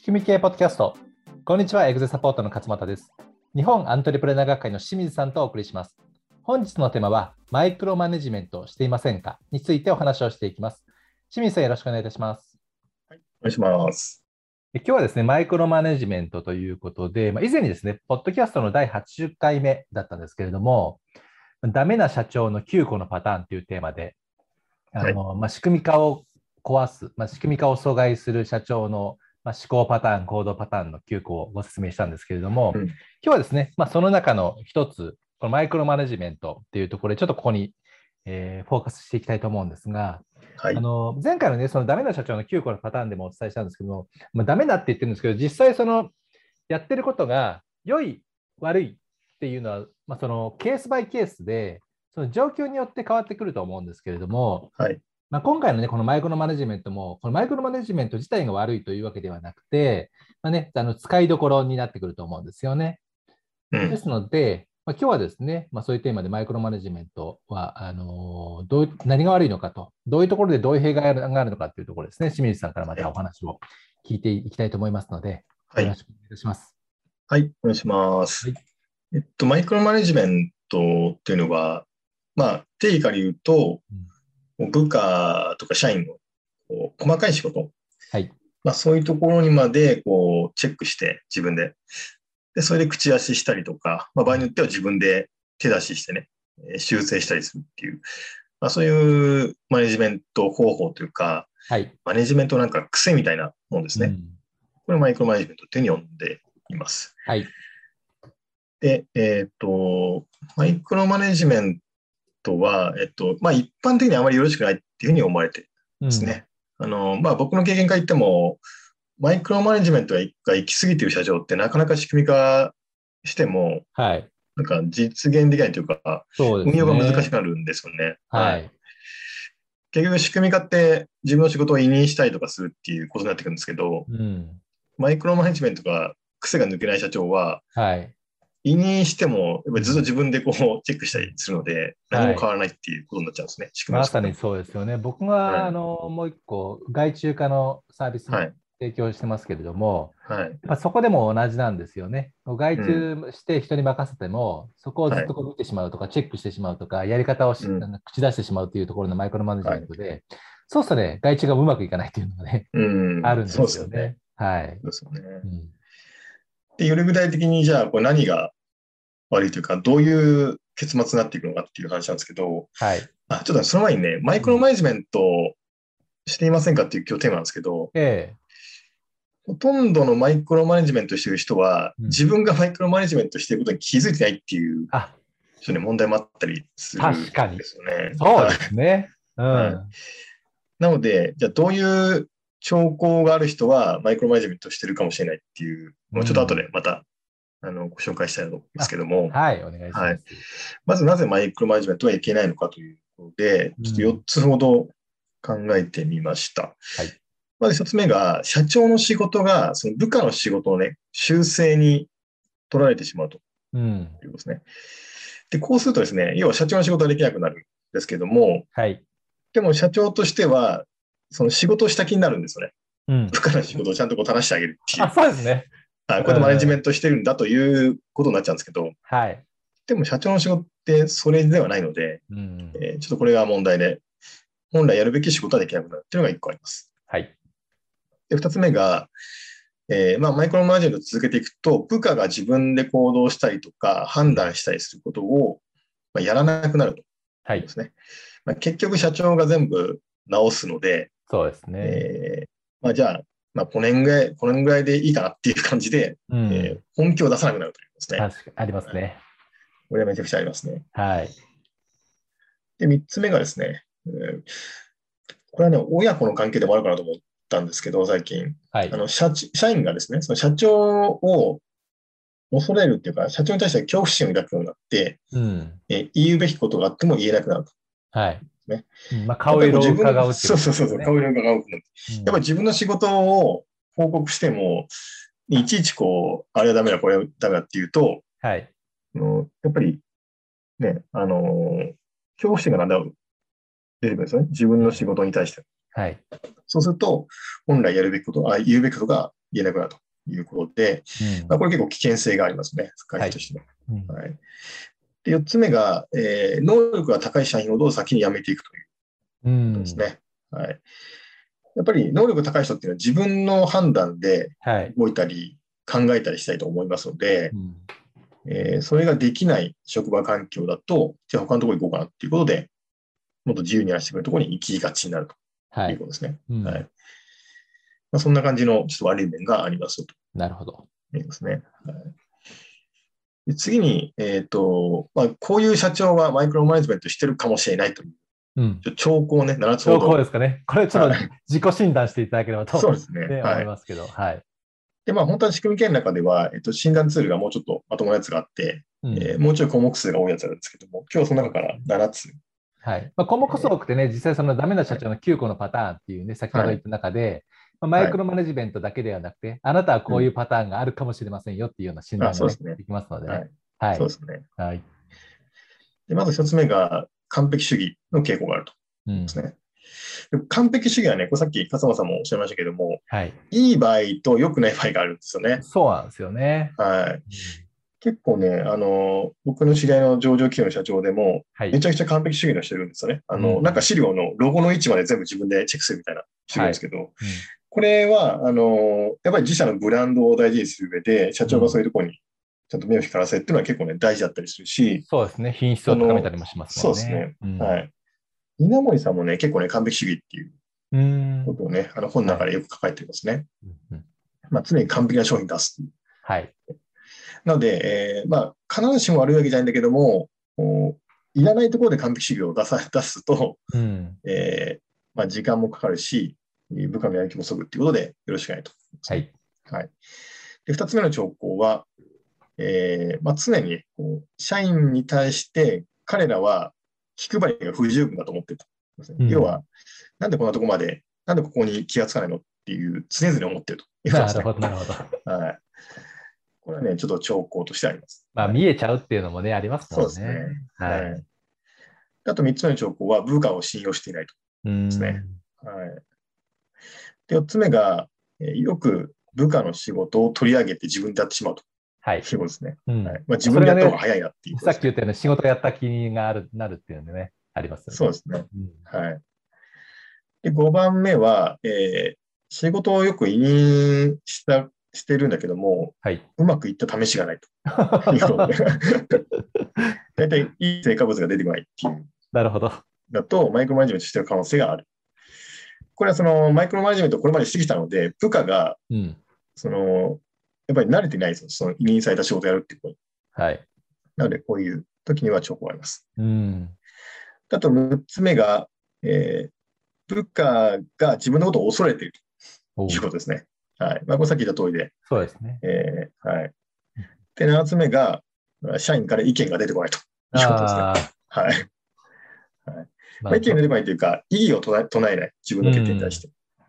組み系ポッドキャスト。こんにちは、エグゼサポートの勝又です。日本アントレプレナー学会の清水さんとお送りします。本日のテーマは、マイクロマネジメントしていませんかについてお話をしていきます。清水さん、よろしくお願いいたします。 はい、お願いします。 今日はですね、マイクロマネジメントということで、以前にですね、ポッドキャストの第80回目だったんですけれども、ダメな社長の9個のパターンというテーマで、仕組み化を壊す、仕組み化を阻害する社長の思考パターン、行動パターンの9個をご説明したんですけれども、今日はですね、その中の一つ、このマイクロマネジメントっていうところで、ちょっとここに、フォーカスしていきたいと思うんですが、 はい、 前回のね、そのダメな社長の9個のパターンでもお伝えしたんですけども、ダメだって言ってるんですけど、実際そのやってることが良い、悪いっていうのは、そのケースバイケースで、その状況によって変わってくると思うんですけれども、 はい、 今回のね、このマイクロマネジメントも、このマイクロマネジメント自体が悪いというわけではなくて、使いどころになってくると思うんですよね。ですので、今日はですね、そういうテーマでマイクロマネジメントは、何が悪いのかと、どういうところでどういう弊害があるのかというところですね、清水さんからまたお話を聞いていきたいと思いますので、 はい、 よろしくお願いいたします。 はい、お願いします。マイクロマネジメントっていうのは、定義から言うと、部下とか社員の細かい仕事、 はい、 そういうところにまでチェックして自分で、それで口出ししたりとか、場合によっては自分で手出ししてね、修正したりするっていう、そういうマネジメント方法というか、 はい、 マネジメントなんか癖みたいなもんですね。これをマイクロマネジメントというふうに呼んでいます。 はい。 で、マイクロマネジメントは、一般的にあまりよろしくないっていうふうに思われてますね。僕の経験から言っても、マイクロマネジメントが行き過ぎている社長ってなかなか仕組み化しても、 はい。 なんか実現できないというか、 そうです運用が難しね。 くなるんですよね。 はい。 結局仕組み化って自分の仕事を委任したりとかするっていうことになってくるんですけど、マイクロマネジメントが癖が抜けない社長は、 はい。 委任しても、やっぱりずっと自分でチェックしたりするので、何も変わらないっていうことになっちゃうんですね。仕組みをまさに作っても。 そうですよね。僕がもう一個、外注化のサービスはい。 提供してますけれども、 はい。 そこでも同じなんですよね。外注して人に任せても、そこをずっと見てしまうとか、チェックしてしまうとか、やり方を口出してしまうというところのマイクロマネジメントで、そうするとね、外注がうまくいかないというのがね、あるんでそうですよね。 すよね。はい。 そうですよね。で、より具体的にじゃあ、何が悪いというか、どういう結末になっていくのかっていう話なんですけど、 はい。 ちょっとその前にね、マイクロマネジメントしていませんかっていう今日テーマなんですけど、 ええ。 ほとんどのマイクロマネジメントしている人は、自分がマイクロマネジメントしていることに気づいてないっていう、ちょっとね、問題もあったりするん確かに。 ですよね。 そうですね。 なので、じゃあどういう兆候がある人はマイクロマネジメントしてるかもしれないっていうのをちょっと後でまたご紹介したいと思うんですけども、 はい、お願いします。 まずなぜマイクロマネジメントはいけないのかということで、ちょっと4つほど考えてみました。まず1つ目が、社長の仕事がその部下の仕事のね、修正に取られてしまうということですね。で、こうするとですね、要は社長の仕事ができなくなるんですけども、でも社長としては、その仕事をした気になるんですよね。部下の仕事をちゃんと正してあげるっていう。 そうですね。 こうやってマネジメントしてるんだということになっちゃうんですけど、でも社長の仕事ってそれではないので、ちょっとこれが問題で、本来やるべき仕事はできなくなるっていうのが1個あります。で、2つ目が、マイクロマネジメントを続けていくと、部下が自分で行動したりとか判断したりすることをやらなくなるということですね。結局社長が全部直すので、 そうですね。 じゃあ、この辺ぐらいでいいかなっていう感じで、本気を出さなくなるということですね。 確かにありますね。 これはめちゃくちゃありますね。 はい。 で、3つ目がですね、これはね、親子の関係でもあるかなと思ったんですけど、最近。社員がですね、その社長を恐れるっていうか、社長に対して恐怖心を抱くようになって、言うべきことがあっても言えなくなると。 ね。顔色を伺うってことですね。そう、顔色を伺う。やっぱり自分の仕事を報告しても、いちいちあれはダメだ、これはダメだっていうと、やっぱりね、恐怖心がなんだろう出てくるんですよね。自分の仕事に対して。そうすると、本来やるべきこと、言うべきことが言えなくなるということで、これ結構危険性がありますね、会社としては。はい。で、4つ目が、能力が高い社員ほど先に辞めていくということですね。はい。やっぱり能力高い人っていうのは自分の判断で動いたり考えたりしたいと思いますので、それができない職場環境だと、じゃあ他のところ行こうかなっていうことで、もっと自由にやらせてくれるところに行きがちになるということですね。はい。そんな感じのちょっと悪い面がありますと。 なるほど。 いますね。はい、で次に、こういう社長はマイクロマネジメントしてるかもしれないという。兆候ね、7つほど。 兆候ですかね。これちょっと自己診断していただければと、 そうですね。 思いますけど。はい。 で、本当は仕組み系の中では、診断ツールがもうちょっとまともなやつがあって、もうちょい項目数が多いやつなんですけども、今日はその中から7つ。 はい。項目数多くてね、実際そのダメな社長の9個のパターンっていうね、先ほど言った中で、マイクロマネジメントだけではなくて、あなたはこういうパターンがあるかもしれませんよっていうような診断ができますのでね。 はい。そうですね。 はい。 で、まず1つ目が完璧主義の傾向があると。ですね。完璧主義はね、これさっき勝間さんもおっしゃいましたけども、いい場合と良くない場合があるんですよね。 そうなんですよね。 はい。結構ね、僕の知り合いの上場企業の社長でも、めちゃくちゃ完璧主義の人いるんですよね。なんか資料のロゴの位置まで全部自分でチェックするみたいな人いるんですけど、これは、やっぱり自社のブランドを大事にする上で、社長がそういうところにちゃんと目を光らせるっていうのは結構ね、大事だったりするし。 そうですね。品質を高めたりもしますもんね。 そうですね。はい。稲森さんもね、結構ね、完璧主義っていうことをね、本の中でよく書かれていますね。常に完璧な商品出す。 はい。 なので、必ずしも悪いわけじゃないんだけども、いらないところで完璧主義を出すと、時間もかかるし、部下のやる気もそぐっていうことでよろしくないと。 はい。 はい。で、2つ目の兆候は、常に社員に対して彼らは気配りが不十分だと思っていると。要は、なんでこんなとこまで、なんでここに気がつかないのっていう常々思っているということですね。 なるほど、なるほど。 はい。これはね、ちょっと兆候としてあります。 見えちゃうっていうのもね、ありますもんね。 そうですね。はい。あと3つ目の兆候は、部下を信用していないと。ですね。はい。で、4つ目が、よく部下の仕事を取り上げて自分でやってしまうと。 はい。 いうことですね。自分でやった方が早いなっていう、 さっき言ったように仕事やった気がなるっていうのでね、ありますよね。 そうですね。はい。で、5番目は、仕事をよく委任してるんだけども、うまくいった試しがないと。いうことで。大体いい成果物が出てこないっていう。 なるほど。 だと、マイクロマネジメントしてる可能性がある。これはそのマイクロマネジメントをこれまでしてきたので、部下が、やっぱり慣れてないですよ。その委任された仕事をやるっていうことに。 はい。 なので、こういう時には兆候があります。あと、6つ目が、部下が自分のことを恐れているということですね。はい。これさっき言った通りで。 そうですね。 はい。で、7つ目が、社員から意見が出てこないということですね。はい。はい。意見が出てこないというか、異議を唱えない。自分の決定に対して。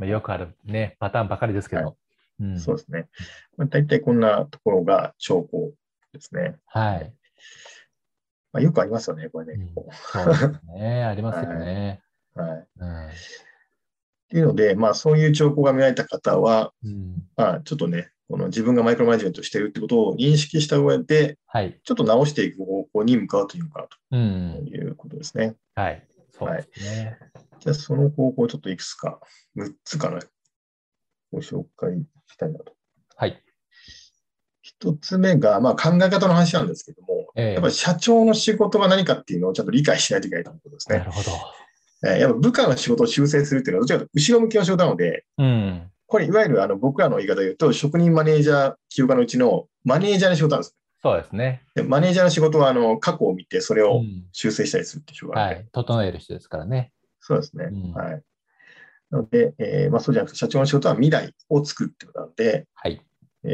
よくあるね、パターンばかりですけど。 そうですね。大体こんなところが兆候ですね。 はい。 よくありますよね、これね。 そうですね。ありますよね。 はい。っていうので、そういう兆候が見られた方は、ちょっとね、この自分がマイクロマネジメントしているってことを認識した上で、ちょっと直していく方向に向かうというのかなということですね。 はい。そうですね。 じゃあ、その方法をちょっといくつか、6つかな、ご紹介したいなと。 はい。 1つ目が、考え方の話なんですけども、やっぱり社長の仕事が何かっていうのをちゃんと理解しないといけないということですね。 なるほど。 やっぱ部下の仕事を修正するっていうのは、どちらかというと後ろ向きの仕事なので、これ、いわゆる僕らの言い方で言うと、職人マネージャー、起業家のうちのマネージャーの仕事なんです。 そうですね。 でマネージャーの仕事は、過去を見て、それを修正したりするっていう仕事がある。 整える人ですからね。 そうですね。はい。なので、そうじゃなくて、社長の仕事は未来を作るってことなので、 はい。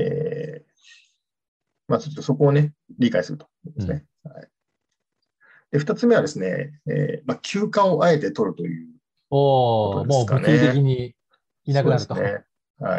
ちょっとそこをね、理解するとですね。はい。で、2つ目はですね、休暇をあえて取るということですかね。 もう物理的にいなくなると。 そうですね。はい。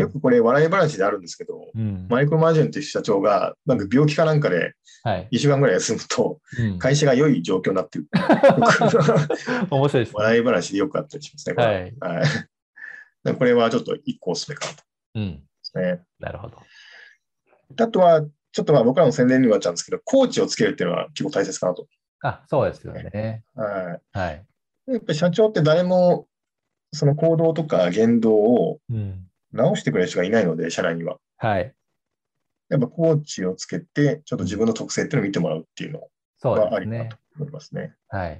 よくこれ笑い話であるんですけど、マイクロマネジメント社長がなんか病気かなんかで1週間ぐらい休むと、会社が良い状況になっている。 面白いですね。 笑い話でよくあったりしますね。はい。これはちょっと一個おすすめかなと。 ね。 なるほど。 あとは、ちょっと僕らの宣伝にもなっちゃうんですけど、コーチをつけるっていうのは結構大切かなと。 そうですよね。 はい。 はい。 やっぱり社長って誰も、その行動とか言動を直してくれる人がいないので、社内には。 はい。 やっぱコーチをつけて、ちょっと自分の特性っていうのを見てもらうっていうのはありかなと思いますね。 はい。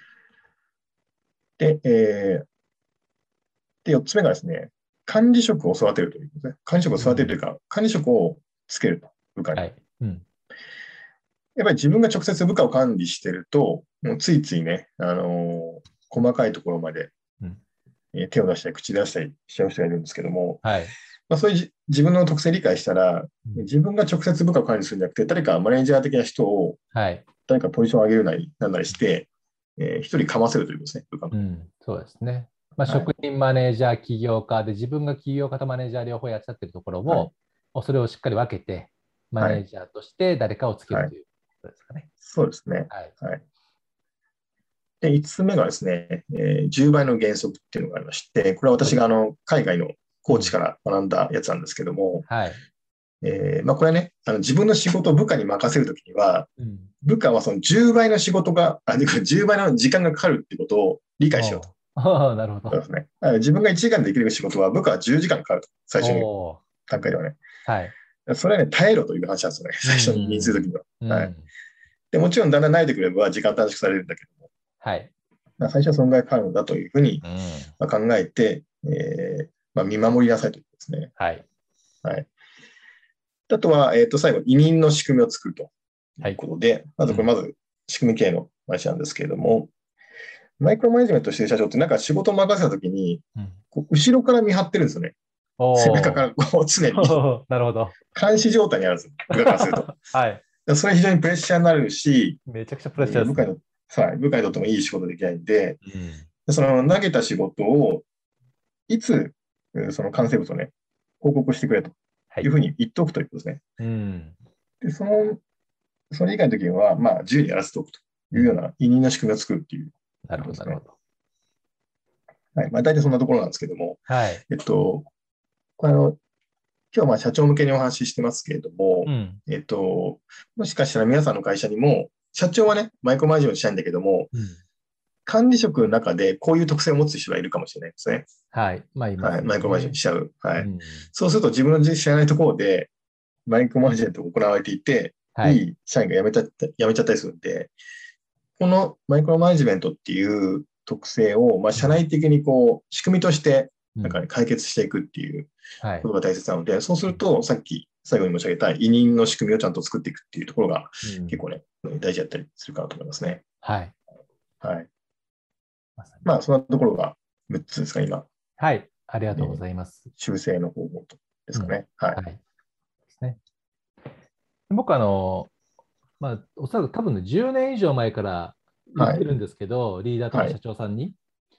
で、4つ目がですね、管理職を育てるということですね。管理職を育てるというか、管理職をつけると、部下に。はい。やっぱり自分が直接部下を管理してると、もうついついね、細かいところまで、手を出したり、口出したりしちゃう人がいるんですけども、 はい。 そういう自分の特性理解したら、自分が直接部下を管理するんじゃなくて、誰かマネージャー的な人を、誰かポジションを上げるなり、なんなりして、一人かませるということですね、部下の。 そうですね。職人マネージャー、起業家で、自分が起業家とマネージャー両方やっちゃってるところを、それをしっかり分けて、マネージャーとして誰かをつけるということですかね。 そうですね。はい。で、5つ目がですね、10倍の原則っていうのがありまして、これは私が海外のコーチから学んだやつなんですけども、これね、自分の仕事を部下に任せるときには、部下はその10倍の仕事が、10倍の時間がかかるってことを理解しようと。 なるほど。 そうですね。自分が1時間でできる仕事は部下は10時間かかると。最初の段階ではね。はい。それはね、耐えろという話なんですよね。最初に認するときには。はい。で、もちろんだんだん慣れてくれば時間短縮されるんだけども。はい。最初は損害かかるんだというふうに考えて、見守りなさいということですね。はい。はい。あとは、最後、委任の仕組みを作るということで、まず仕組み系の話なんですけれども、マイクロマネジメントしている社長ってなんか仕事を任せたときに、後ろから見張ってるんですよね。背中から常に。 なるほど。 監視状態にあるんですよ。部下からすると。はい。それは非常にプレッシャーになるし、 めちゃくちゃプレッシャーですね。 部下にとってもいい仕事できないんで、その投げた仕事を、いつ、その完成物をね、報告してくれというふうに言っておくということですね。で、それ以外の時には、自由にやらせておくというような委任の仕組みを作るっていう、 なるほど、なるほど。 はい。大体そんなところなんですけども、はい。これ今日は社長向けにお話ししてますけれども、もしかしたら皆さんの会社にも、社長はね、マイクロマネジメントしたいんだけども、管理職の中でこういう特性を持つ人がいるかもしれないですね。はい。マイクロマネジメントしちゃう。はい。そうすると自分の知らないところで、マイクロマネジメントが行われていて、いい社員が辞めちゃったりするんで、このマイクロマネジメントっていう特性を、社内的に仕組みとして、解決していくっていうことが大切なので、そうすると、さっき最後に申し上げた委任の仕組みをちゃんと作っていくっていうところが、結構ね、大事だったりするかなと思いますね。はい。はい。そんなところが6つですか、今。 はい。ありがとうございます。 修正の方法ですかね。はい。ですね。 僕おそらく多分ね、10年以上前から言ってるんですけど、リーダーとか社長さんに。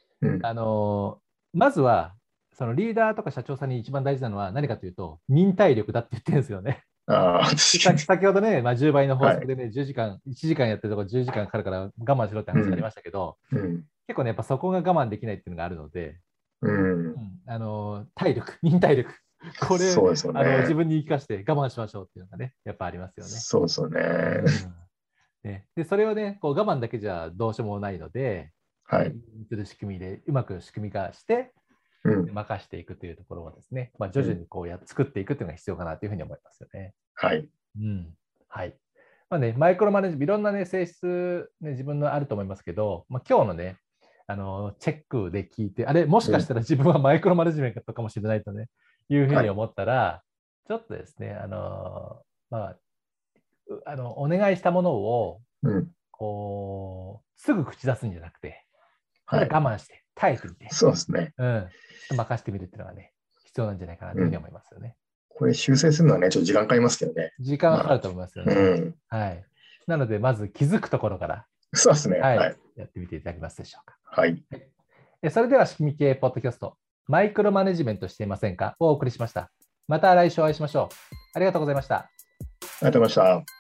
まずは、そのリーダーとか社長さんに一番大事なのは何かというと、忍耐力だって言ってるんですよね。先ほどね、10倍の法則でね、1時間やってるところ10時間かかるから我慢しろって話がありましたけど、結構ね、やっぱそこが我慢できないっていうのがあるので、忍耐力。これ、自分に言い聞かせて我慢しましょうっていうのがね、やっぱありますよね。 そうですよね。 で、それをね、我慢だけじゃどうしようもないので、仕組みでうまく仕組み化して、任していくというところをですね、徐々に作っていくというのが必要かなというふうに思いますよね。 はい。 はい。マイクロマネジメント、いろんなね、性質、自分のあると思いますけど、今日のね、チェックで聞いて、あれ、もしかしたら自分はマイクロマネジメントかもしれないとね、いうふうに思ったら、ちょっとですね、お願いしたものを、すぐ口出すんじゃなくて、我慢して、耐えてみて、 そうですね。 ちょっと任せてみるっていうのがね、必要なんじゃないかなというふうに思いますよね。 これ修正するのはね、ちょっと時間かかりますけどね。 時間はかかると思いますよね。はい。なので、まず気づくところから、 そうですね。 はい。やってみていただけますでしょうか。 はい。 それでは、仕組み系ポッドキャスト、マイクロマネジメントしていませんかをお送りしました。また来週お会いしましょう。ありがとうございました。 ありがとうございました。